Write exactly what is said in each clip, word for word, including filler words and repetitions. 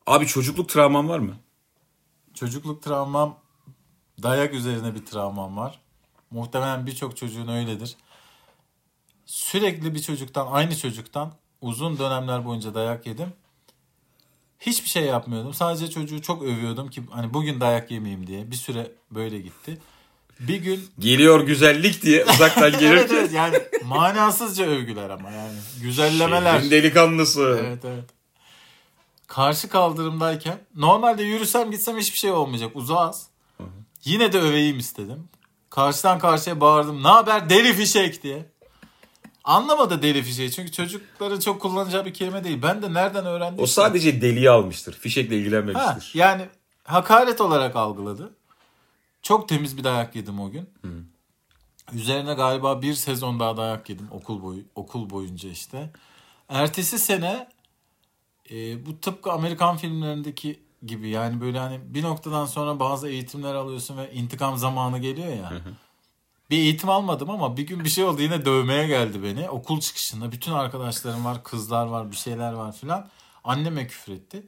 Abi çocukluk travman var mı? Çocukluk travmam, dayak üzerine bir travmam var. Muhtemelen birçok çocuğun öyledir. Sürekli bir çocuktan, aynı çocuktan uzun dönemler boyunca dayak yedim. Hiçbir şey yapmıyordum. Sadece çocuğu çok övüyordum ki hani bugün dayak yemeyeyim diye. Bir süre böyle gitti. Bir gün Geliyor güzellik diye uzaktan gelirken. evet, evet, yani manasızca övgüler ama yani güzellemeler. Şehrin delikanlısı. Evet evet. Karşı kaldırımdayken normalde yürüsem gitsem hiçbir şey olmayacak. Uzağız. Hı hı. Yine de öveyim istedim. Karşıdan karşıya bağırdım. Ne haber deli fişek diye. Anlamadı deli fişeği. Çünkü çocukların çok kullanacağı bir kelime değil. Ben de nereden öğrendim? O sadece deliği almıştır. Fişekle ilgilenmemiştir. Ha, yani hakaret olarak algıladı. Çok temiz bir dayak yedim o gün. Hı. Üzerine galiba bir sezon daha dayak yedim okul boyu okul boyunca işte. Ertesi sene e, bu tıpkı Amerikan filmlerindeki gibi yani böyle hani bir noktadan sonra bazı eğitimler alıyorsun ve intikam zamanı geliyor ya. Hı hı. Bir eğitim almadım ama bir gün bir şey oldu, yine dövmeye geldi beni. Okul çıkışında bütün arkadaşlarım var, kızlar var, bir şeyler var filan. Anneme küfür etti.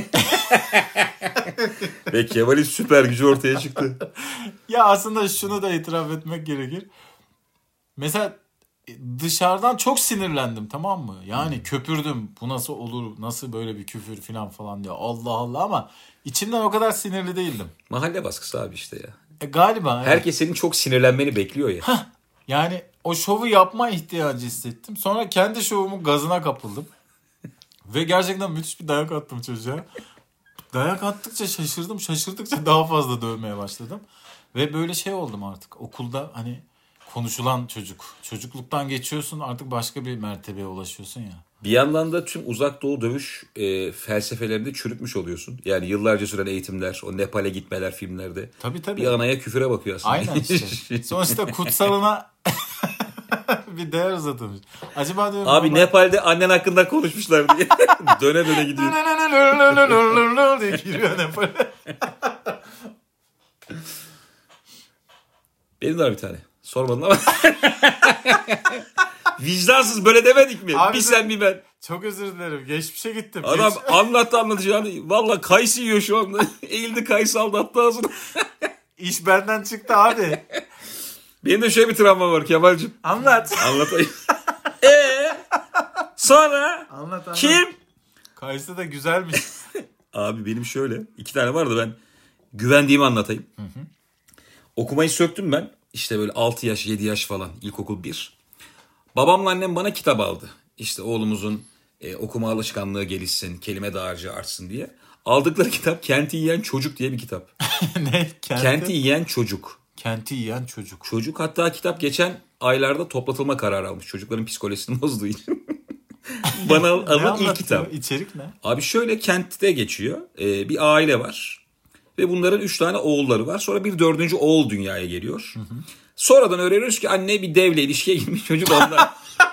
Ve Kemal'in süper gücü ortaya çıktı. Ya aslında şunu da itiraf etmek gerekir. Mesela dışarıdan çok sinirlendim, tamam mı? Yani hmm. köpürdüm. Bu nasıl olur? Nasıl böyle bir küfür falan falan diye. Allah Allah, ama içimden o kadar sinirli değildim. Mahalle baskısı abi işte ya. E, galiba. Evet. Herkes senin çok sinirlenmeni bekliyor ya. Hah, yani o şovu yapma ihtiyacı hissettim. Sonra kendi şovumun gazına kapıldım. Ve gerçekten müthiş bir dayak attım çocuğa. Dayak attıkça şaşırdım. Şaşırdıkça daha fazla dövmeye başladım. Ve böyle şey oldum artık. Okulda hani konuşulan çocuk. Çocukluktan geçiyorsun, artık başka bir mertebeye ulaşıyorsun ya. Bir yandan da tüm uzak doğu dövüş e, felsefelerinde çürütmüş oluyorsun. Yani yıllarca süren eğitimler, o Nepal'e gitmeler filmlerde. Tabii tabii. Bir anaya küfüre bakıyor aslında. Aynen işte. Sonuçta kutsalına bir değer uzatılmış. Acaba diyorum... Abi ama... Nepal'de annen hakkında konuşmuşlar diye. döne döne gidiyor. diye giriyor Nepal'e. Benim de var bir tane. Sormadın ama. Vicdansız böyle demedik mi? Abi bir sen bir ben. Çok özür dilerim. Geçmişe gittim. Adam Geç... anlattı anlatacağını. Valla kayısı yiyor şu anda. Eğildi kayısı aldı attı ağzına. İş benden çıktı abi. Benim de şöyle bir travma var Kemal'cim. Anlat. Anlatayım. Eee? Sonra? Anlat anlat. Kim? Kayısı da güzelmiş. Abi benim şöyle. iki tane vardı, ben güvendiğimi anlatayım. Hı hı. Okumayı söktüm ben. İşte böyle altı yaş yedi yaş falan, ilkokul bir. Babamla annem bana kitap aldı. İşte oğlumuzun e, okuma alışkanlığı gelişsin, kelime dağarcığı artsın diye. Aldıkları kitap Kenti Yiyen Çocuk diye bir kitap. Ne? Kenti? Kenti Yiyen Çocuk. Kenti Yiyen Çocuk. Çocuk, hatta kitap geçen aylarda toplatılma kararı almış. Çocukların psikolojisini bozduğu için. Bana alın ilk kitap. İçerik ne? Abi şöyle, kentte geçiyor. Ee, bir aile var. Ve bunların üç tane oğulları var. Sonra bir dördüncü oğul dünyaya geliyor. Hı hı. Sonradan öğreniyoruz ki anne bir devle ilişkiye girmiş, çocuk onlar.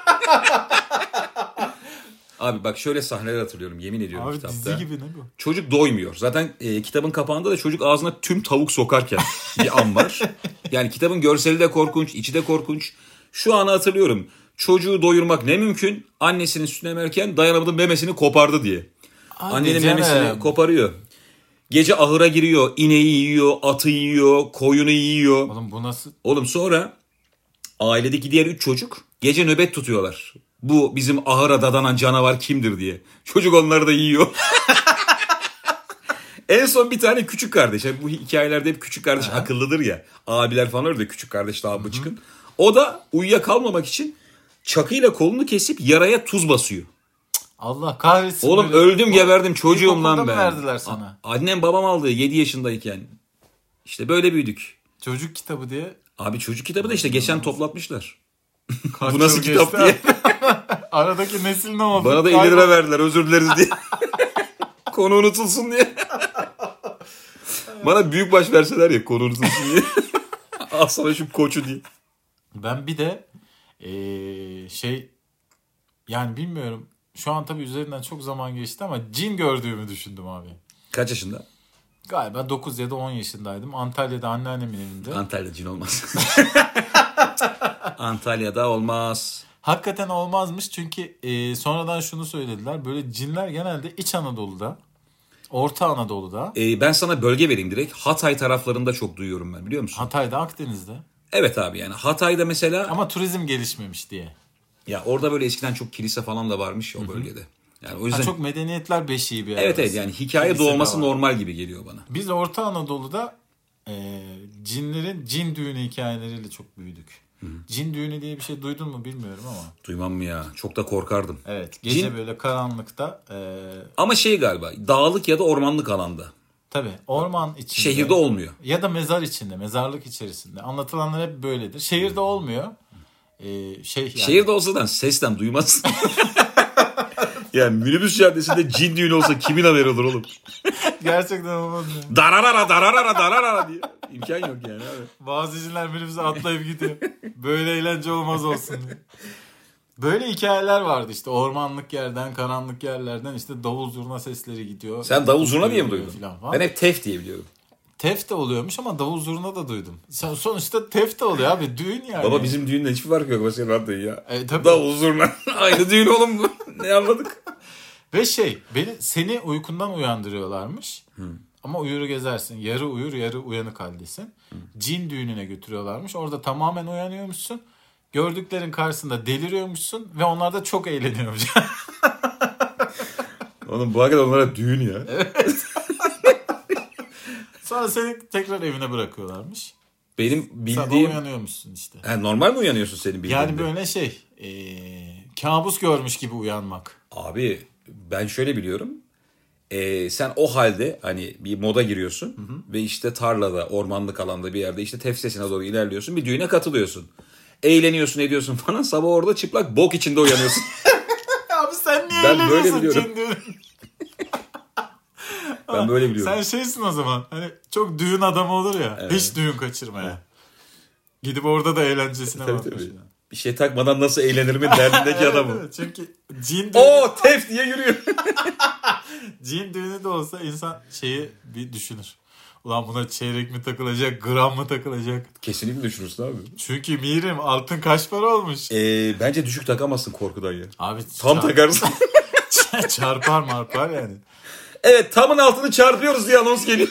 Abi bak şöyle sahneler hatırlıyorum, yemin ediyorum. Abi kitapta. Dizi gibi ne bu? Çocuk doymuyor. Zaten e, kitabın kapağında da çocuk ağzına tüm tavuk sokarken bir an var. Yani kitabın görseli de korkunç, içi de korkunç. Şu anı hatırlıyorum. Çocuğu doyurmak ne mümkün? Annesinin sütüne emerken dayanamadı, memesini kopardı diye. Abi annenin canım. Memesini koparıyor. Gece ahıra giriyor. İneği yiyor, atı yiyor, koyunu yiyor. Oğlum bu nasıl? Oğlum sonra ailedeki diğer üç çocuk gece nöbet tutuyorlar. Bu bizim ahıra dadanan canavar kimdir diye. Çocuk onları da yiyor. En son bir tane küçük kardeş. Bu hikayelerde hep küçük kardeş Aha. akıllıdır ya. Abiler falan öyle, küçük kardeş daha mı çıkın. O da uyuyakalmamak için çakıyla kolunu kesip yaraya tuz basıyor. Allah kahretsin. Oğlum böyle. Öldüm geberdim çocuğum lan ben. İlkokulda mı verdiler sana? A- annem babam aldı yedi yaşındayken. İşte böyle büyüdük. Çocuk kitabı diye. Abi çocuk kitabı da işte geçen toplatmışlar. Bu nasıl kitap diye. Aradaki nesil ne oldu? Bana da elli lira verdiler, özür dileriz diye. Konu unutulsun diye. Bana büyükbaş verseler ya, konu unutulsun diye. Al sana şu koçu diye. Ben bir de ee, şey yani bilmiyorum. Şu an tabii üzerinden çok zaman geçti ama cin gördüğümü düşündüm abi. Kaç yaşında? Galiba dokuz ya da on yaşındaydım. Antalya'da anneannemin evinde. Antalya'da cin olmaz. Antalya'da olmaz. Hakikaten olmazmış çünkü e, sonradan şunu söylediler. Böyle cinler genelde İç Anadolu'da Orta Anadolu'da. Ee, ben sana bölge vereyim direkt. Hatay taraflarında çok duyuyorum ben, biliyor musun? Hatay'da, Akdeniz'de. Evet abi, yani Hatay'da mesela. Ama turizm gelişmemiş diye. Ya orada böyle eskiden çok kilise falan da varmış ya o bölgede. Yani o yüzden. Ha, çok medeniyetler beşiği bir yer. Evet evet, yani hikaye Kilise doğması normal gibi geliyor bana. Biz Orta Anadolu'da e, cinlerin cin düğünü hikayeleriyle çok büyüdük. Hı. Cin düğünü diye bir şey duydun mu bilmiyorum ama. Duymam mı ya? Çok da korkardım. Evet. Gece cin... böyle karanlıkta. E... Ama şey galiba, dağlık ya da ormanlık alanda. Tabii. Orman içinde. Şehirde olmuyor. Ya da mezar içinde, mezarlık içerisinde. Anlatılanlar hep böyledir. Şehirde olmuyor. Ee, şey yani... Şehirde olsa da sesten duymazsın. Yani minibüs caddesinde cin düğünü olsa kimin haberi olur oğlum? Gerçekten olmaz ya. Dararara dararara dararara diye. İmkan yok yani abi. Bazı cinler minibüse atlayıp gidiyor. Böyle eğlence olmaz olsun diye. Böyle hikayeler vardı işte, ormanlık yerden, karanlık yerlerden işte davul zurna sesleri gidiyor. Sen davul zurna diye mi duydun? Falan. Ben hep tef diye biliyorum. Tef de oluyormuş ama davul zurna da duydum. Sonuçta tef de oluyor abi, düğün yani. Baba bizim düğünde hiçbir fark yok mesela radyoyu ya. E, tabii. Davul zurna aynı düğün oğlum bu. Ne anladık? Ve şey, beni seni uykundan uyandırıyorlarmış. Hmm. Ama uyur gezersin. Yarı uyur yarı uyanık haldesin. Hmm. Cin düğününe götürüyorlarmış. Orada tamamen uyanıyormuşsun. Gördüklerin karşısında deliriyormuşsun. Ve onlar da çok eğleniyormuş. Oğlum bu hakikaten onlara düğün ya. Evet. Sonra seni tekrar evine bırakıyorlarmış. Benim bildiğim... Sabah uyanıyormuşsun işte. He, normal mi uyanıyorsun senin bildiğin? Yani böyle şey... Ee, kabus görmüş gibi uyanmak. Abi ben şöyle biliyorum. Ee, sen o halde hani bir moda giriyorsun. Hı hı. Ve işte tarlada, ormanlık alanda bir yerde işte tefsesine doğru ilerliyorsun. Bir düğüne katılıyorsun. Eğleniyorsun, ediyorsun falan. Sabah orada çıplak bok içinde uyanıyorsun. Abi sen niye ben eğleniyorsun? Böyle biliyorum. Ben böyle biliyorum. Sen şeysin o zaman. Hani çok düğün adamı olur ya. Evet. Hiç düğün kaçırmaya. Evet. Gidip orada da eğlencesine bakmış. Bir şey takmadan nasıl eğlenirimin derdindeki evet, adamım. Evet. Çünkü cin düğünü... Oo tef diye yürüyor. Cin düğünü de olsa insan şeyi bir düşünür. Ulan buna çeyrek mi takılacak, gram mı takılacak? Kesinlikle düşünürsün abi. Çünkü mirim altın kaç para olmuş? Ee, bence düşük takamazsın korkudan ya. Abi tam çarp... takarsın. Çarpar marpar yani. Evet, tamın altını çarpıyoruz diye anons geliyor.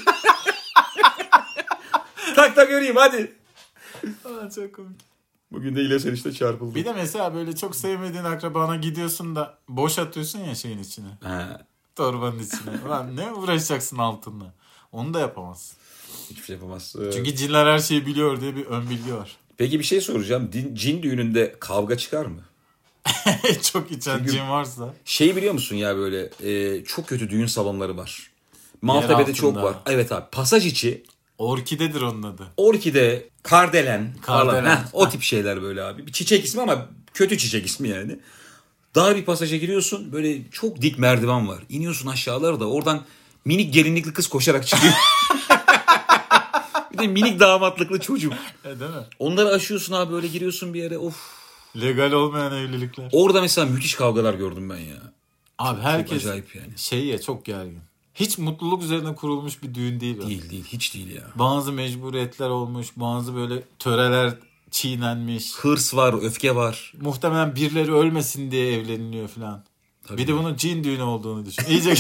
Tak tak göreyim hadi. Aa, çok komik. Bugün de ile sen işte çarpıldı. Bir de mesela böyle çok sevmediğin akrabana gidiyorsun da boş atıyorsun ya şeyin içine. He. Torbanın içine. Ulan ne uğraşacaksın altınla? Onu da yapamazsın. Hiçbir şey yapamazsın. Çünkü cinler her şeyi biliyor diye bir ön bilgi var. Peki bir şey soracağım. Din, cin düğününde kavga çıkar mı? Çok içen çünkü cin varsa. Şey biliyor musun ya böyle e, çok kötü düğün salonları var. Maltepe'de çok var. Evet abi, pasaj içi. Orkidedir onun adı. Orkide, kardelen, kardelen. Falan. Heh, o tip şeyler böyle abi. Bir çiçek ismi ama kötü çiçek ismi yani. Dar bir pasaja giriyorsun, böyle çok dik merdiven var. İniyorsun aşağılara da oradan minik gelinlikli kız koşarak çıkıyor. Bir de minik damatlıklı çocuk. E, değil mi? Onları aşıyorsun abi, böyle giriyorsun bir yere. Of. Legal olmayan evlilikler. Orada mesela müthiş kavgalar gördüm ben ya. Abi çok, herkes çok acayip yani. Şey ya, çok gergin. Hiç mutluluk üzerine kurulmuş bir düğün değil. Değil yani. Değil hiç değil ya. Bazı mecburiyetler olmuş, bazı böyle töreler çiğnenmiş. Hırs var, öfke var. Muhtemelen birileri ölmesin diye evleniliyor falan. Tabii. Bir de bunun cin düğünü olduğunu düşün. İyice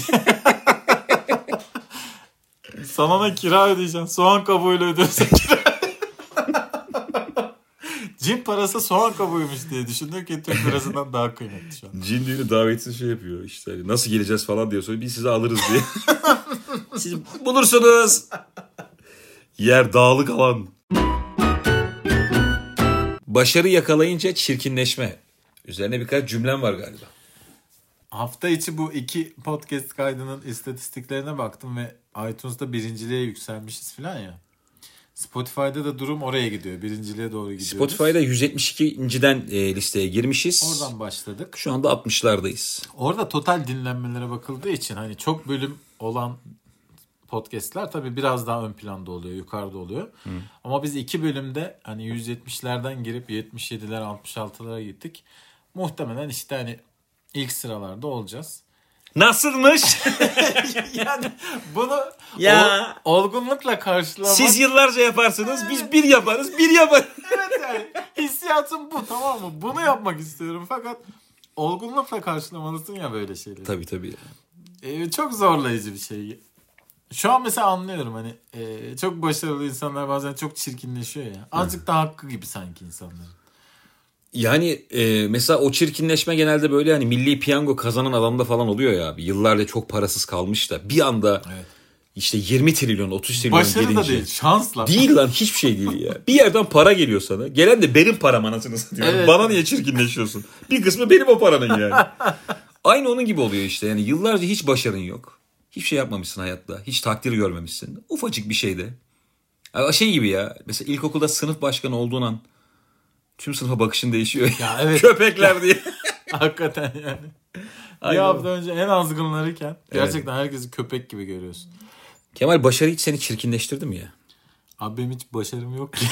salona kira ödeyeceksin. Soğan kabuğuyla ödüyorsun kira. Cin parası soğan kabuğuymuş diye düşünüyor ki Türk parasından daha kıymetli şu an. Cin düğünü davetsiz şey yapıyor işte. Nasıl geleceğiz falan diyor. Sonra biz sizi alırız diye. Siz bulursunuz. Yer dağlık alan. Başarı yakalayınca çirkinleşme. Üzerine birkaç cümlem var galiba. Hafta içi bu iki podcast kaydının istatistiklerine baktım ve iTunes'da birinciliğe yükselmişiz falan ya. Spotify'da da durum oraya gidiyor. Birinciliğe doğru gidiyoruz. Spotify'da yüz yetmiş ikinciden e, listeye girmişiz. Oradan başladık. Şu anda altmışlardayız. Orada total dinlenmelere bakıldığı için hani çok bölüm olan podcastler tabii biraz daha ön planda oluyor, yukarıda oluyor. Hı. Ama biz iki bölümde hani yüz yetmişlerden girip yetmiş yediler, altmış altılara gittik. Muhtemelen işte hani ilk sıralarda olacağız. Nasılmış? Yani bunu ya ol, olgunlukla karşılamak. Siz yıllarca yaparsınız, biz bir yaparız, bir yaparız. Evet yani hissiyatım bu, tamam mı? Bunu yapmak istiyorum fakat olgunlukla karşılamalısın ya böyle şeyleri. Tabii tabii. Ee, çok zorlayıcı bir şey. Şu an mesela anlıyorum hani e, çok başarılı insanlar bazen çok çirkinleşiyor ya. Azıcık da hakkı gibi sanki insanların. Yani e, mesela o çirkinleşme genelde böyle hani milli piyango kazanan adamda falan oluyor ya abi. Yıllarca çok parasız kalmış da bir anda evet. işte yirmi trilyon otuz trilyon başarı gelince. Başarı da değil, şansla. Değil lan, hiçbir şey değil ya. Bir yerden para geliyor sana. Gelen de benim param anasını satıyor. Evet. Bana niye çirkinleşiyorsun? Bir kısmı benim o paranın yani. Aynı onun gibi oluyor işte. Yani yıllarca hiç başarın yok. Hiçbir şey yapmamışsın hayatta. Hiç takdir görmemişsin. Ufacık bir şeyde. Şey gibi ya. Mesela ilkokulda sınıf başkanı olduğun an tüm sınıfa bakışın değişiyor. Ya evet. Köpekler diye. Hakikaten yani. Bir hafta önce en azgınlarıyken gerçekten evet. herkesi köpek gibi görüyorsun. Kemal, başarı hiç seni çirkinleştirdi mi ya? Abi benim hiç başarım yok ki.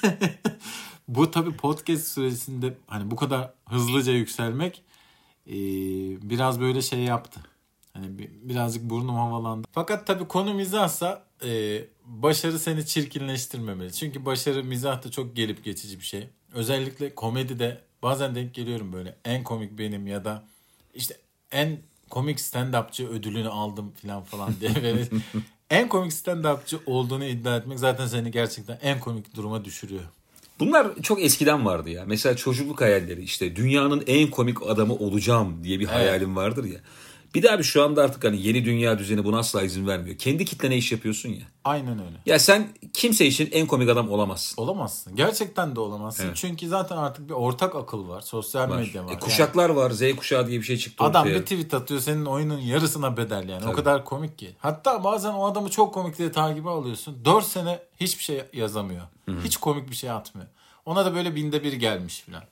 Bu tabii podcast süresinde hani bu kadar hızlıca yükselmek e, biraz böyle şey yaptı. Hani bir, birazcık burnum havalandı. Fakat tabii konu mizahsa e, başarı seni çirkinleştirmemeli. Çünkü başarı mizah da çok gelip geçici bir şey. Özellikle komedide bazen denk geliyorum böyle en komik benim ya da işte en komik stand-upçı ödülünü aldım falan falan diye böyle en komik stand-upçı olduğunu iddia etmek zaten seni gerçekten en komik duruma düşürüyor. Bunlar çok eskiden vardı ya. Mesela çocukluk hayalleri, işte dünyanın en komik adamı olacağım diye bir hayalim evet. vardır ya. Bir de abi şu anda artık hani yeni dünya düzeni buna asla izin vermiyor. Kendi kitlene iş yapıyorsun ya. Aynen öyle. Ya sen kimse için en komik adam olamazsın. Olamazsın. Gerçekten de olamazsın. Evet. Çünkü zaten artık bir ortak akıl var. Sosyal var. medya var. E, kuşaklar yani. var. Z kuşağı diye bir şey çıktı adam ortaya. bir tweet atıyor, senin oyunun yarısına bedel yani. Tabii. O kadar komik ki. Hatta bazen o adamı çok komik diye takibe alıyorsun. dört sene hiçbir şey yazamıyor. Hı-hı. Hiç komik bir şey atmıyor. Ona da böyle binde bir gelmiş falan.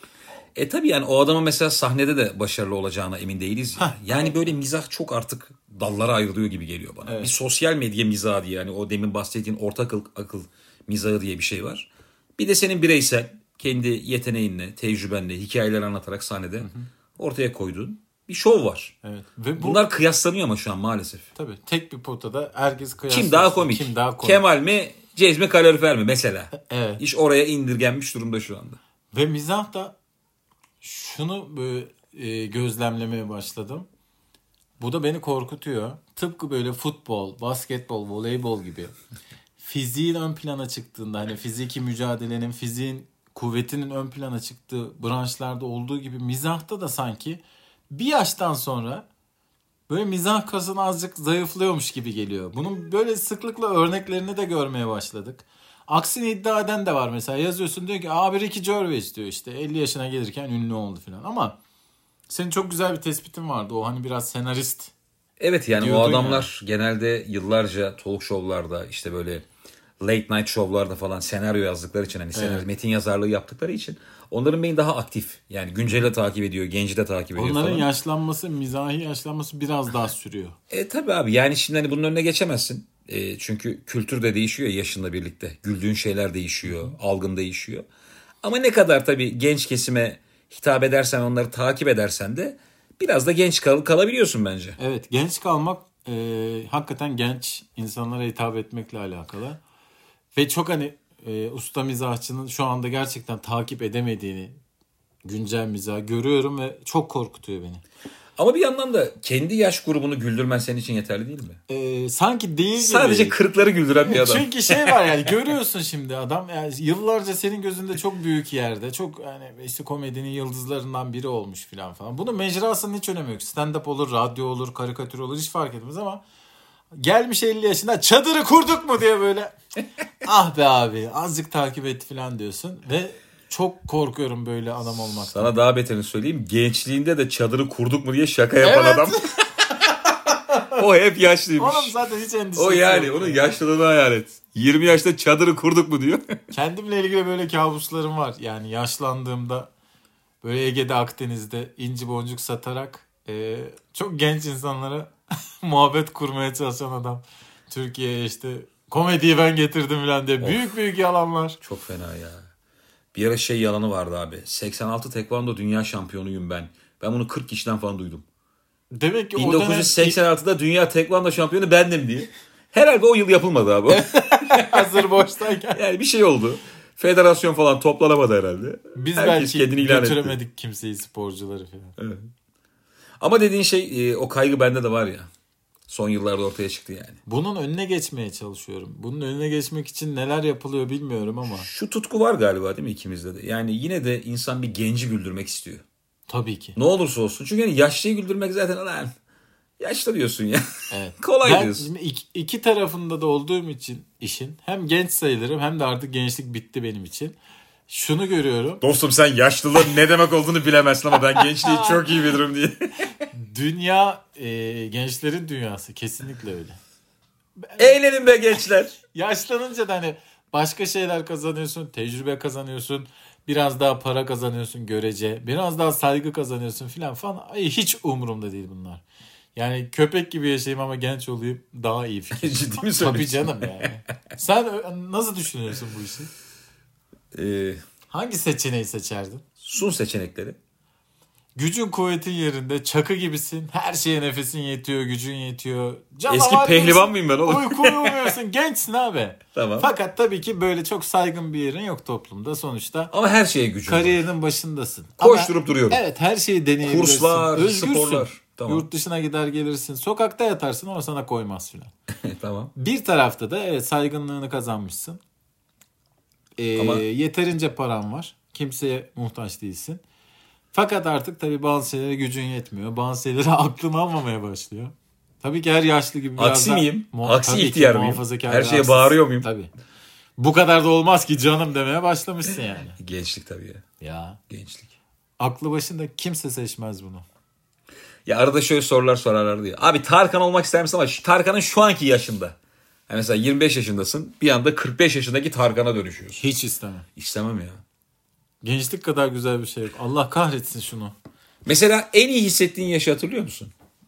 E tabii yani o adamın mesela sahnede de başarılı olacağına emin değiliz ya. Yani böyle mizah çok artık dallara ayrılıyor gibi geliyor bana. Evet. Bir sosyal medya mizahı diye, yani o demin bahsettiğin ortak akıl, akıl mizahı diye bir şey var. Bir de senin bireysel kendi yeteneğinle, tecrübenle, hikayeler anlatarak sahnede hı hı. ortaya koyduğun bir şov var. Evet. Ve bu... Bunlar kıyaslanıyor ama şu an maalesef. Tabii tek bir potada herkes kıyaslıyor. Kim daha komik? Kim daha komik? Kemal mi, Cezmi Kalorifer mi mesela? Evet. İş oraya indirgenmiş durumda şu anda. Ve mizah da şunu böyle e, gözlemlemeye başladım. Bu da beni korkutuyor. Tıpkı böyle futbol, basketbol, voleybol gibi fiziğin ön plana çıktığında, hani fiziki mücadelenin, fiziğin, kuvvetinin ön plana çıktığı branşlarda olduğu gibi mizahta da sanki bir yaştan sonra böyle mizah kasını azıcık zayıflıyormuş gibi geliyor. Bunun böyle sıklıkla örneklerini de görmeye başladık. Aksini iddia eden de var mesela. Yazıyorsun, diyor ki abi Ricky Gervais diyor işte elli yaşına gelirken ünlü oldu falan. Ama senin çok güzel bir tespitin vardı. O hani biraz senarist. Evet yani o adamlar yani. Genelde yıllarca talk show'larda, işte böyle late night show'larda falan senaryo yazdıkları için, hani senaryo, evet. metin yazarlığı yaptıkları için onların beyni daha aktif. Yani günceli de takip ediyor, genci de takip ediyor Onların falan. yaşlanması, mizahi yaşlanması biraz daha sürüyor. E tabii abi, yani şimdi hani bunun önüne geçemezsin. E, çünkü kültür de değişiyor yaşınla birlikte. Güldüğün şeyler değişiyor, Hı-hı. algın değişiyor. Ama ne kadar tabii genç kesime hitap edersen, onları takip edersen de biraz da genç kal- kalabiliyorsun bence. Evet, genç kalmak e, hakikaten genç insanlara hitap etmekle alakalı. Ve çok hani e, usta mizahçının şu anda gerçekten takip edemediğini, güncel mizah görüyorum ve çok korkutuyor beni. Ama bir yandan da kendi yaş grubunu güldürmen senin için yeterli değil mi? Ee, sanki değil gibi. Sadece kırkları güldüren bir adam. Çünkü şey var yani, görüyorsun şimdi adam yani yıllarca senin gözünde çok büyük yerde. Çok yani işte komedinin yıldızlarından biri olmuş falan falan. Bunun mecrasının hiç önemi yok. Stand-up olur, radyo olur, karikatür olur, hiç fark etmez ama gelmiş elli yaşında, çadırı kurduk mu diye böyle ah be abi azıcık takip et falan diyorsun ve çok korkuyorum böyle adam olmaktan. Sana daha beterini söyleyeyim. Gençliğinde de çadırı kurduk mu diye şaka yapan evet. adam. O hep yaşlıymış. Oğlum zaten hiç endişesi yok. O yani onun yaşlılığını hayal et. yirmi yaşta çadırı kurduk mu diyor. Kendimle ilgili böyle kabuslarım var. Yani yaşlandığımda böyle Ege'de, Akdeniz'de inci boncuk satarak e, çok genç insanlara muhabbet kurmaya çalışan adam. Türkiye'ye işte komediyi ben getirdim falan diye. Of. Büyük büyük yalanlar. Çok fena ya. Bir ara şey yalanı vardı abi. seksen altı tekvando dünya şampiyonuyum ben. Ben bunu kırk kişiden falan duydum. Demek ki bin dokuz yüz seksen altıda dönem... dünya tekvando şampiyonu bendim diye. Herhalde o yıl yapılmadı abi. Hazır boştayken. Yani bir şey oldu. Federasyon falan toplanamadı herhalde. Biz Herkes belki götüremedik etti. Kimseyi, sporcuları falan. Evet. Ama dediğin şey, o kaygı bende de var ya. Son yıllarda ortaya çıktı yani. Bunun önüne geçmeye çalışıyorum. Bunun önüne geçmek için neler yapılıyor bilmiyorum ama. Şu tutku var galiba değil mi ikimizde de? Yani yine de insan bir genci güldürmek istiyor. Tabii ki. Ne olursa olsun. Çünkü yani yaşlıyı güldürmek zaten lan yaşlı diyorsun ya. Evet. Kolay ben diyorsun. iki, iki tarafında da olduğum için işin hem genç sayılırım hem de artık gençlik bitti benim için. Şunu görüyorum. Dostum sen yaşlılığın ne demek olduğunu bilemezsin ama ben gençliği çok iyi bilirim diye. Dünya e, gençlerin dünyası. Kesinlikle öyle. Eğlenin be gençler. Yaşlanınca da hani başka şeyler kazanıyorsun. Tecrübe kazanıyorsun. Biraz daha para kazanıyorsun görece. Biraz daha saygı kazanıyorsun filan falan. Ay, hiç umurumda değil bunlar. Yani köpek gibi yaşayayım ama genç olayım daha iyi fikir. Ciddi mi söylüyorsun? Tabii canım yani. Sen nasıl düşünüyorsun bu işi? Ee, Hangi seçeneği seçerdin? sun seçenekleri. Gücün kuvvetin yerinde, çakı gibisin. Her şeye nefesin yetiyor, gücün yetiyor. Canavar Eski pehlivan gibisin. mıyım ben oğlum? Uyku uyumuyorsun, gençsin abi. Tamam. Fakat tabii ki böyle çok saygın bir yerin yok toplumda. Sonuçta Ama her şeye gücüm var. kariyerinin başındasın. Koşturup Ama, duruyorum. evet, her şeyi deneyebilirsin. Kurslar, Özgürsün. sporlar. Tamam. Yurt dışına gider gelirsin. Sokakta yatarsın ama sana koymaz filan. Tamam. Bir tarafta da evet saygınlığını kazanmışsın. Ee, Ama- Yeterince paran var. Kimseye muhtaç değilsin. Fakat artık tabii bazı şeylere gücün yetmiyor. Bazı şeylere aklın almamaya başlıyor. Tabii ki her yaşlı gibi biraz Aksi da... miyim? Mu- Aksi tabii ki ihtiyar mıyım? muhafazakar Her ve şeye haksız. bağırıyor muyum? Tabii. Bu kadar da olmaz ki canım demeye başlamışsın yani. Gençlik tabii ya. Ya. Gençlik. Aklı başında kimse seçmez bunu. Ya arada şöyle sorular sorarlardı ya. Abi Tarkan olmak ister misin ama şu- Tarkan'ın şu anki yaşında. Yani mesela yirmi beş yaşındasın. Bir anda kırk beş yaşındaki Tarkan'a dönüşüyorsun. Hiç istemem. İstemem ya. Gençlik kadar güzel bir şey yok. Allah kahretsin şunu. Mesela en iyi hissettiğin yaşı hatırlıyor musun?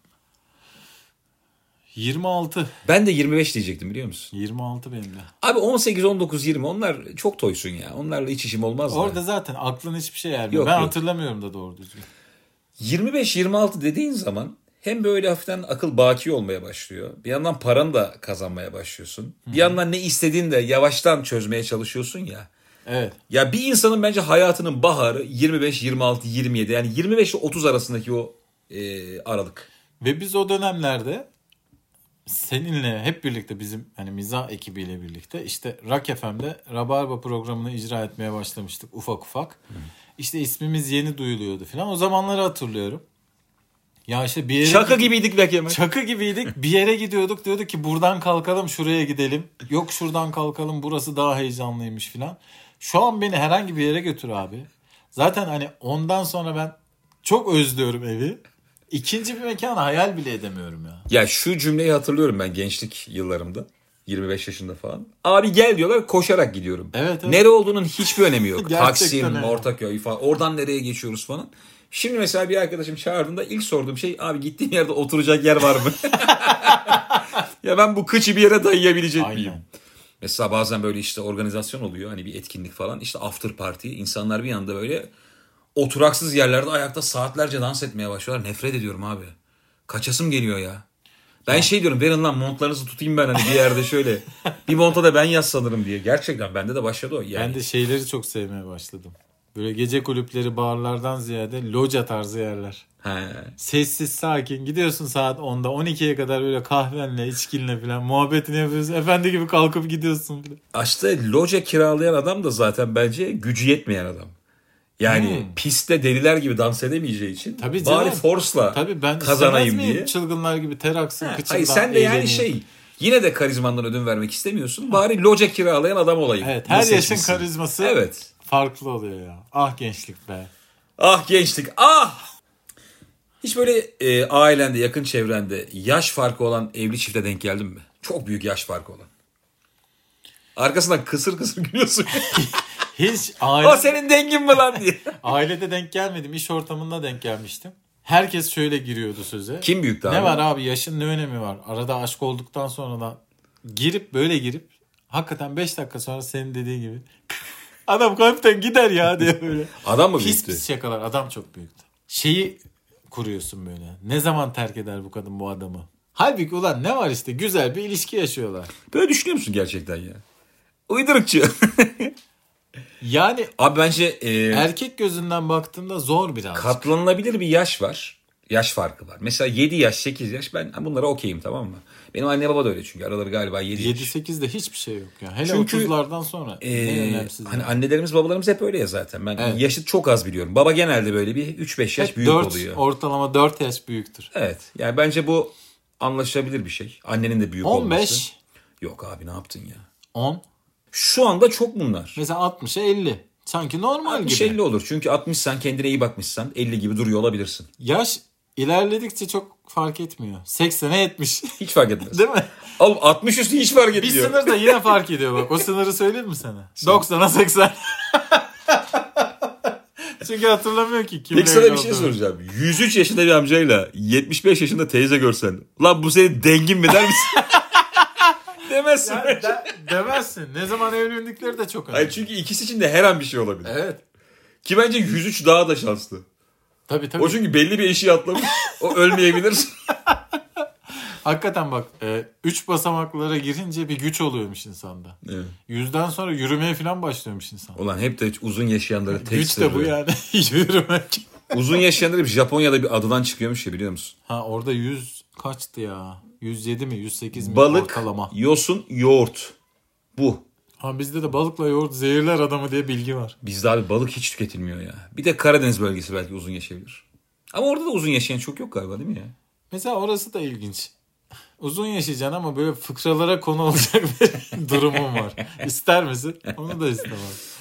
yirmi altı. Ben de yirmi beş diyecektim biliyor musun? yirmi altı benim de. Abi on sekiz, on dokuz, yirmi onlar çok toysun ya. Onlarla hiç işim olmaz da. Orada zaten aklın hiçbir şey ermiyor. Yok, ben yok. hatırlamıyorum da doğru düzgün. yirmi beş yirmi altı dediğin zaman hem böyle hafiften akıl baki olmaya başlıyor. Bir yandan paranı da kazanmaya başlıyorsun. Bir yandan ne istediğini de yavaştan çözmeye çalışıyorsun ya. Evet. Ya bir insanın bence hayatının baharı yirmi beş, yirmi altı, yirmi yedi yani yirmi beş ile otuz arasındaki o e, aralık. Ve biz o dönemlerde seninle hep birlikte bizim hani mizah ekibiyle birlikte işte Rock F M'de Rabarba programını icra etmeye başlamıştık ufak ufak. Hı. İşte ismimiz yeni duyuluyordu falan. O zamanları hatırlıyorum. Ya işte bir yere Şaka gibiydik belki hemen. Çakı gibiydik. Bir yere gidiyorduk. Diyorduk ki buradan kalkalım şuraya gidelim. Yok şuradan kalkalım burası daha heyecanlıymış falan. Şu an beni herhangi bir yere götür abi. Zaten hani ondan sonra ben çok özlüyorum evi. İkinci bir mekanı hayal bile edemiyorum ya. Ya şu cümleyi hatırlıyorum ben gençlik yıllarımda. yirmi beş yaşında falan. Abi gel diyorlar koşarak gidiyorum. Evet, evet. Nere olduğunun hiçbir önemi yok. Gerçekten Taksim, öyle. Ortaköy falan. Oradan nereye geçiyoruz falan. Şimdi mesela bir arkadaşım çağırdığında ilk sorduğum şey abi gittiğim yerde oturacak yer var mı? Ya ben bu kıçı bir yere dayayabilecek Aynen. miyim? Mesela bazen böyle işte organizasyon oluyor hani bir etkinlik falan işte after party insanlar bir anda böyle oturaksız yerlerde ayakta saatlerce dans etmeye başlıyorlar. Nefret ediyorum abi. Kaçasım geliyor ya. Ben şey diyorum verin lan montlarınızı tutayım ben hani bir yerde şöyle. Bir monta da ben yaslanırım diye. Gerçekten bende de başladı o. Yani. Ben de şeyleri çok sevmeye başladım. Böyle gece kulüpleri, barlardan ziyade loca tarzı yerler. He. Sessiz, sakin. Gidiyorsun saat onda, on ikiye kadar böyle kahvenle, içkinle falan muhabbetini yapıyorsun. Efendi gibi kalkıp gidiyorsun falan. İşte loca kiralayan adam da zaten bence gücü yetmeyen adam. Yani Hmm. pistte deliler gibi dans edemeyeceği için Tabii bari canım. force'la Tabii ben kazanayım istemez miyim diye. çılgınlar gibi ter aksın kıçımdan. Hayır sen de yani eğleneyim. şey yine de karizmandan ödün vermek istemiyorsun. Bari loca kiralayan adam olayım. Evet, Bunu her yaşın seçmişsin. karizması Evet. farklı oluyor ya. Ah gençlik be. Ah gençlik ah. Hiç böyle e, ailende yakın çevrende yaş farkı olan evli çifte denk geldin mi? Çok büyük yaş farkı olan. Arkasından kısır kısır gülüyorsun. Hiç aile... O senin dengin mi lan diye. Ailede denk gelmedim. İş ortamında denk gelmiştim. Herkes şöyle giriyordu söze. Kim büyüktü abi? Ne var abi yaşın ne önemi var? Arada aşk olduktan sonra da girip böyle girip hakikaten beş dakika sonra senin dediğin gibi adam kalpten gider ya diye böyle. Adam mı Pis büyüktü? pis şakalar. Adam çok büyüktü. Şeyi kuruyorsun böyle. Ne zaman terk eder bu kadın bu adamı? Halbuki ulan ne var işte güzel bir ilişki yaşıyorlar. Böyle düşünüyor musun gerçekten ya? Uydurukçu. Yani Abi bence e, erkek gözünden baktığımda zor biraz. katlanılabilir bir yaş var. Yaş farkı var. Mesela yedi yaş, sekiz yaş ben bunlara okeyim, tamam mı? Benim anne baba da öyle çünkü. Araları galiba yedi yaş. yedi sekizde hiçbir şey yok ya. Hele Çünkü, otuzlardan sonra. E, en önemsiz. hani yani. annelerimiz babalarımız hep öyle ya zaten. Ben Evet. yaşı çok az biliyorum. Baba genelde böyle bir üç beş yaş Hep büyük dört, oluyor. ortalama dört yaş büyüktür. Evet. Yani bence bu anlaşılabilir bir şey. Annenin de büyük on beş olması. Yok abi ne yaptın ya? on Şu anda çok bunlar. Mesela altmışa elli. Sanki normal altmış gibi. elli olur. Çünkü altmışsan kendine iyi bakmışsan elli gibi duruyor olabilirsin. Yaş ilerledikçe çok fark etmiyor. seksene yetmiş. Hiç fark etmez. Değil mi? Oğlum altmış üstü hiç fark Bir etmiyor. sınır da yine fark ediyor bak. O sınırı söyleyeyim mi sana? doksana seksen. Çünkü hatırlamıyor ki kimle Peki sana evli bir şey olduğunu. soracağım. yüz üç yaşında bir amcayla yetmiş beş yaşında teyze görsen. Lan bu senin dengin mi der misin? Demezsin. Yani de, demezsin. Ne zaman evlendikleri de çok önemli. Hayır, çünkü ikisi için de her an bir şey olabilir. Evet. Ki bence yüz üç daha da şanslı. Tabii tabii. O çünkü belli bir eşiği atlamış. O ölmeyebilir. Hakikaten bak e, üç basamaklara girince bir güç oluyormuş insanda. Evet. Yüzden sonra yürümeye falan başlıyormuş insan. Ulan hep de uzun yaşayanları tek Güç de bu sırrı. yani. Yürümek. Uzun yaşayanlar hep Japonya'da bir adıdan çıkıyormuş ya, biliyor musun? Ha orada yüz kaçtı ya? yüz yedi mi? yüz sekiz mi? Balık, Ortalama. yosun, yoğurt. Bu. Ha bizde de balıkla yoğurt zehirler adamı diye bilgi var. Bizde abi balık hiç tüketilmiyor ya. Bir de Karadeniz bölgesi belki uzun yaşayabilir. Ama orada da uzun yaşayan çok yok galiba, değil mi ya? Mesela orası da ilginç. Uzun yaşayacaksın ama böyle fıkralara konu olacak bir durumum var. İster misin? Onu da istemem.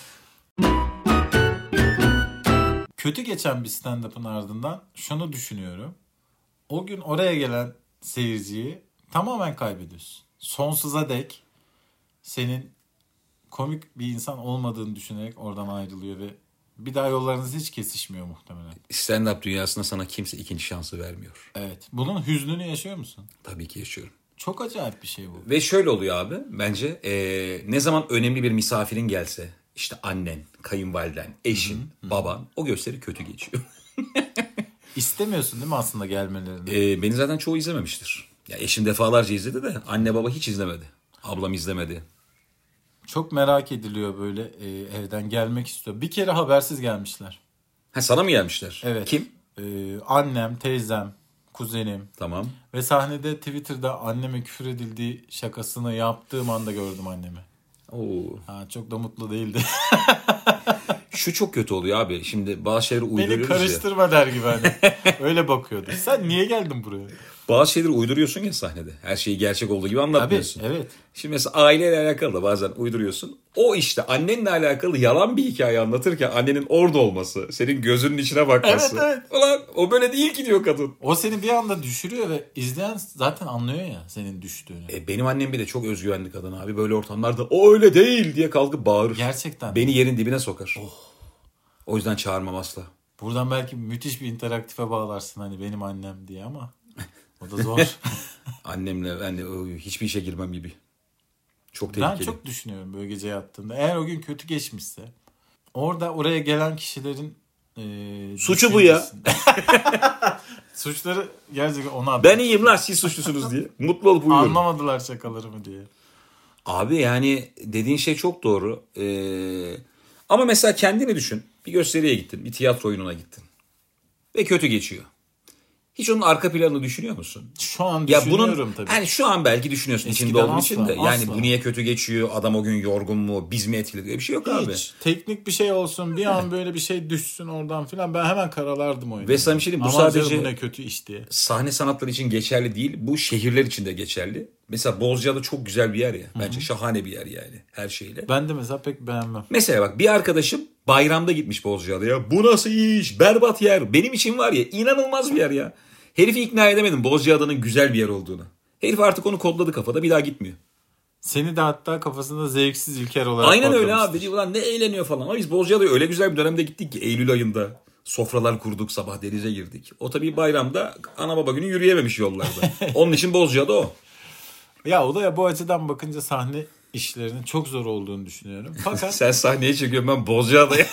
Kötü geçen bir stand-up'ın ardından şunu düşünüyorum. O gün oraya gelen seyirciyi tamamen kaybediyorsun. Sonsuza dek senin komik bir insan olmadığını düşünerek oradan ayrılıyor ve bir daha yollarınız hiç kesişmiyor muhtemelen. Stand-up dünyasında sana kimse ikinci şansı vermiyor. Evet. Bunun hüznünü yaşıyor musun? Tabii ki yaşıyorum. Çok acayip bir şey bu. Ve şöyle oluyor abi bence ee, ne zaman önemli bir misafirin gelse, işte annen, kayınvaliden, eşin, hı hı, baban, o gösteri kötü geçiyor. İstemiyorsun değil mi aslında gelmelerini? Ee, beni zaten çoğu izlememiştir. Ya eşim defalarca izledi de anne baba hiç izlemedi. Ablam izlemedi. Çok merak ediliyor böyle e, evden gelmek istiyor. Bir kere habersiz gelmişler. Ha, sana mı gelmişler? Evet. Kim? Ee, annem, teyzem, kuzenim. Tamam. Ve sahnede Twitter'da anneme küfür edildiği şakasını yaptığım anda gördüm annemi. Oo. Ha, çok da mutlu değildi. Şu çok kötü oluyor abi. Şimdi bazı şeyleri Beni uyduruyoruz karıştırma ya. der gibi hani. Öyle bakıyordu. Sen niye geldin buraya? Bazı şeyleri uyduruyorsun ya sahnede. Her şeyi gerçek olduğu gibi anlatmıyorsun. Tabii, evet. Şimdi mesela aileyle alakalı da bazen uyduruyorsun. O işte annenle alakalı yalan bir hikaye anlatırken annenin orada olması, senin gözünün içine bakması. Evet, evet. Ulan o böyle değil ki diyor kadın. O seni bir anda düşürüyor ve izleyen zaten anlıyor ya senin düştüğünü. E, benim annem bir de çok özgüvenli kadın abi. Böyle ortamlarda o öyle değil diye kalkıp bağırır. Gerçekten. Beni yerin dibine sokar. Oh. O yüzden çağırmam asla. Buradan belki müthiş bir interaktife bağlarsın hani benim annem diye ama o da zor. Annemle ben de o, hiçbir işe girmem gibi. Çok Ben tehlikeli. çok düşünüyorum böyle gece yattığımda. Eğer o gün kötü geçmişse orada oraya gelen kişilerin e, suçu bu ya. Suçları gerçekten ona atmak. Ben iyiyim lan siz suçlusunuz diye. Mutlu olup uyuyorum. Anlamadılar şakalarımı diye. Abi yani dediğin şey çok doğru. Ee, ama mesela kendini düşün. Bir gösteriye gittin. Bir tiyatro oyununa gittin. Ve kötü geçiyor. Hiç onun arka planını düşünüyor musun? Şu an Ya düşünüyorum bunun, tabii. Yani şu an belki düşünüyorsun Eskiden içinde olduğun asla, için de. Yani asla. bu niye kötü geçiyor? Adam o gün yorgun mu? Biz mi etkiledi? Diye bir şey yok abi. Hiç. Teknik bir şey olsun bir an böyle bir şey düşsün oradan filan ben hemen karalardım oyunu. Ve sana bir şey diyeyim, bu Aman sadece canım, bu ne kötü iş diye. Sahne sanatları için geçerli değil. Bu şehirler için de geçerli. Mesela Bozcaada çok güzel bir yer ya. Bence Hı-hı. şahane bir yer yani her şeyle. Ben de mesela pek beğenmem. Mesela bak bir arkadaşım bayramda gitmiş Bozcaada'ya. Bu nasıl iş? Berbat yer. Benim için var ya inanılmaz bir yer ya. Herifi ikna edemedim Bozcaada'nın güzel bir yer olduğunu. Herif artık onu kodladı kafada, bir daha gitmiyor. Seni de hatta kafasında zevksiz İlker olarak Aynen öyle patlamıştır. abi. Diyor, ulan ne eğleniyor falan. Ama biz Bozcaada'ya öyle güzel bir dönemde gittik ki Eylül ayında. Sofralar kurduk, sabah denize girdik. O tabii bayramda ana baba günü yürüyememiş yollarda. Onun için Bozcaada o. Ya o da ya bu açıdan bakınca sahne işlerinin çok zor olduğunu düşünüyorum. Fakat Sen sahneye çekiyorsun, ben Bozcaada'ya.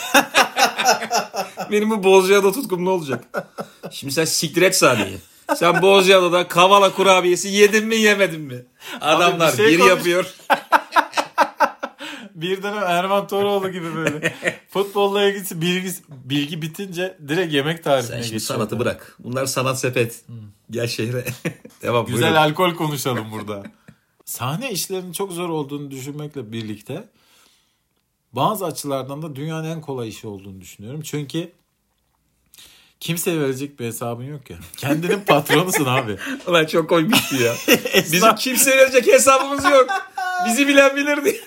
Benim bu Bozcaada tutkum ne olacak? Şimdi sen siktir et sahneyi. Sen Bozcaada'da kavala kurabiyesi yedin mi yemedin mi? Adamlar bir şey bir konuş- yapıyor. Bir dönem Erman Toroğlu gibi böyle. Futbolla ilgisi bilgi, bilgi bitince direkt yemek tarifine Sen geçiyor. şimdi sanatı bırak. Bunlar sanat sepet. Hmm. Gel şehre. Devam. Güzel buyurun. alkol konuşalım burada. Sahne işlerinin çok zor olduğunu düşünmekle birlikte bazı açılardan da dünyanın en kolay işi olduğunu düşünüyorum. Çünkü kimseye verecek bir hesabın yok ya. Kendinin patronusun abi. Ulan çok koymuştu ya. Bizim kimseye verecek hesabımız yok. Bizi bilen bilirdi.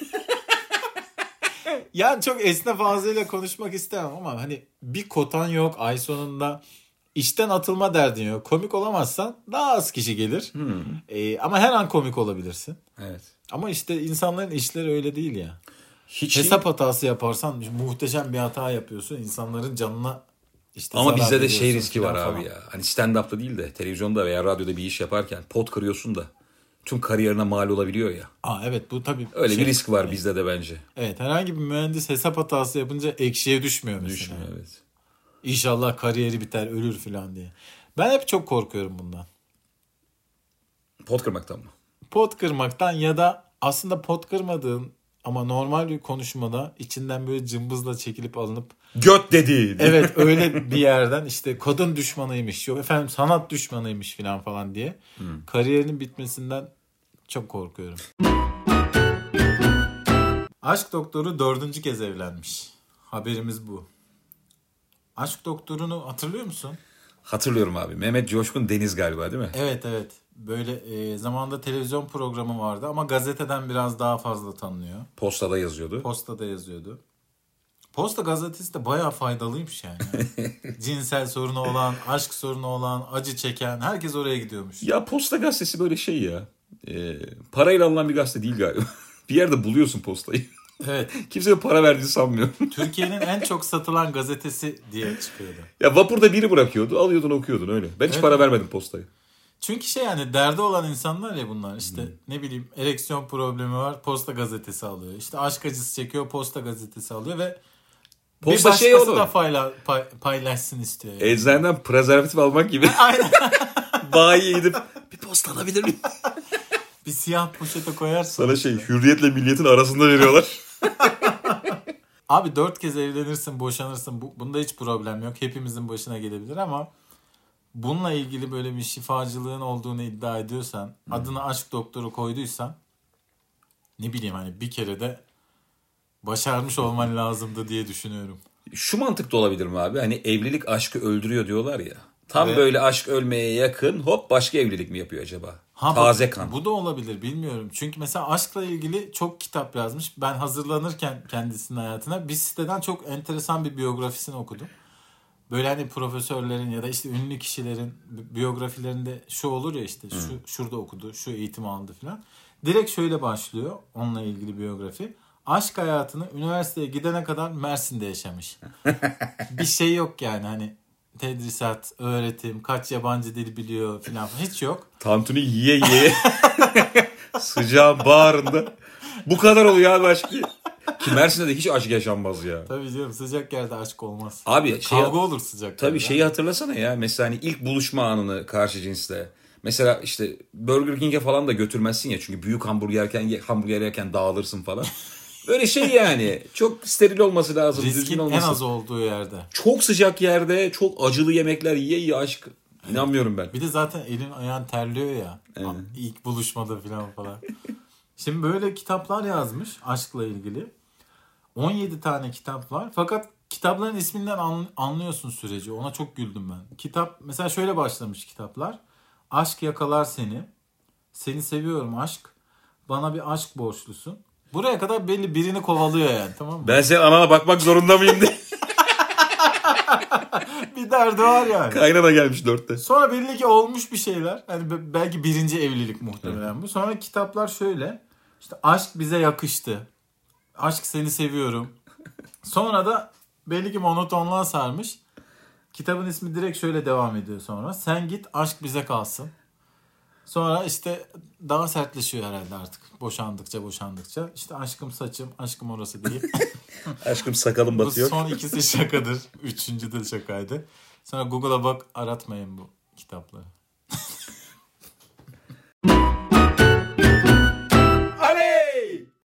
Yani çok esnaf ağzıyla konuşmak istemem ama hani bir kotan yok. Ay sonunda işten atılma derdin yok. Komik olamazsan daha az kişi gelir. Hmm. Ee, ama her an komik olabilirsin. Evet. Ama işte insanların işleri öyle değil ya. Hiç Hesap hatası yaparsan muhteşem bir hata yapıyorsun. İnsanların canına işte ama bizde de şey veriyorsun riski var falan. abi ya. Hani stand-up'ta değil de televizyonda veya radyoda bir iş yaparken pot kırıyorsun da tüm kariyerine mal olabiliyor ya. Aa evet bu tabii. Öyle şey, bir risk var evet. bizde de bence. Evet herhangi bir mühendis hesap hatası yapınca ekşiye düşmüyor mesela. Düşmüyor evet. İnşallah kariyeri biter ölür falan diye. Ben hep çok korkuyorum bundan. Pot kırmaktan mı? Pot kırmaktan ya da aslında pot kırmadığın ama normal bir konuşmada içinden böyle cımbızla çekilip alınıp göt dedi. Evet öyle bir yerden işte kadın düşmanıymış yok efendim sanat düşmanıymış falan falan diye hmm. kariyerinin bitmesinden çok korkuyorum. Aşk doktoru dördüncü kez evlenmiş. Haberimiz bu. Aşk doktorunu hatırlıyor musun? Hatırlıyorum abi. Mehmet Coşkun Deniz galiba değil mi? Evet evet. Böyle e, zamanında televizyon programı vardı ama gazeteden biraz daha fazla tanınıyor. Postada yazıyordu. Postada yazıyordu. Posta gazetesi de bayağı faydalıymış yani. Cinsel sorunu olan, aşk sorunu olan, acı çeken herkes oraya gidiyormuş. Ya Posta gazetesi böyle şey ya. E, parayla alınan bir gazete değil galiba. Bir yerde buluyorsun postayı. Evet. Kimseye para verdiğini sanmıyorum. Türkiye'nin en çok satılan gazetesi diye çıkıyordu. Ya vapurda biri bırakıyordu, alıyordun okuyordun öyle. Ben hiç evet. para vermedim postayı. Çünkü şey yani derdi olan insanlar ya bunlar işte hmm. ne bileyim ereksiyon problemi var posta gazetesi alıyor. İşte aşk acısı çekiyor posta gazetesi alıyor ve posta bir başkası şey olur. da payla, pay, paylaşsın istiyor. Yani. Eczaneden prezervatif almak gibi. Aynen. Bayiye gidip bir posta alabilir miyim? Bir siyah poşete koyarsın. Sana şey hürriyetle milliyetin arasında veriyorlar. Abi dört kez evlenirsin boşanırsın bu, bunda hiç problem yok. Hepimizin başına gelebilir ama bununla ilgili böyle bir şifacılığın olduğunu iddia ediyorsan, hmm. adını aşk doktoru koyduysan ne bileyim hani bir kere de başarmış olman lazımdı diye düşünüyorum. Şu mantık da olabilir mi abi? Hani evlilik aşkı öldürüyor diyorlar ya. Tam evet. Böyle aşk ölmeye yakın hop başka evlilik mi yapıyor acaba? Ha, taze kan. Bu da olabilir bilmiyorum. Çünkü mesela aşkla ilgili çok kitap yazmış. Ben hazırlanırken kendisinin hayatına bir siteden çok enteresan bir biyografisini okudum. Böyle hani profesörlerin ya da işte ünlü kişilerin biyografilerinde şu olur ya işte şu hmm. şurada okudu, şu eğitim aldı falan. Direkt şöyle başlıyor onunla ilgili biyografi. Aşk hayatını üniversiteye gidene kadar Mersin'de yaşamış. Bir şey yok yani hani tedrisat, öğretim, kaç yabancı dil biliyor falan hiç yok. Tantuni yiye yiye sıcağın bağrında. Bu kadar oluyor abi aşk. Ki Mersin'de de hiç aşk yaşanmaz ya. Tabii canım sıcak yerde aşk olmaz. Abi şey, kavga olur sıcak. Tabii şeyi yani. Hatırlasana ya mesela hani ilk buluşma anını karşı cinsle. Mesela işte Burger King'e falan da götürmezsin ya çünkü büyük hamburger yerken hamburger yerken dağılırsın falan. Böyle şey yani çok steril olması lazım. Riskin en az olduğu yerde. Çok sıcak yerde çok acılı yemekler yiye yiye aşk. İnanmıyorum ben. Bir de zaten elin ayağın terliyor ya. Evet. İlk buluşmada falan falan. Şimdi böyle kitaplar yazmış aşkla ilgili. on yedi tane kitap var. Fakat kitapların isminden anlıyorsun süreci. Ona çok güldüm ben. Kitap mesela şöyle başlamış kitaplar. Aşk yakalar seni. Seni seviyorum aşk. Bana bir aşk borçlusun. Buraya kadar belli birini kovalıyor yani tamam mı? Ben senin anana bakmak zorunda mıyım diye. Bir derdi var yani. Kaynana gelmiş dörtte. Sonra belli ki olmuş bir şeyler. Hani belki birinci evlilik muhtemelen bu. Sonra kitaplar şöyle. İşte aşk bize yakıştı. Aşk seni seviyorum. Sonra da belli ki monotonluğa sarmış. Kitabın ismi direkt şöyle devam ediyor sonra. Sen git aşk bize kalsın. Sonra işte daha sertleşiyor herhalde artık. Boşandıkça boşandıkça. İşte aşkım saçım, aşkım orası değil. Aşkım sakalım batıyor. Bu son ikisi şakadır. Üçüncü de şakaydı. Sonra Google'a bak aratmayın bu kitapları.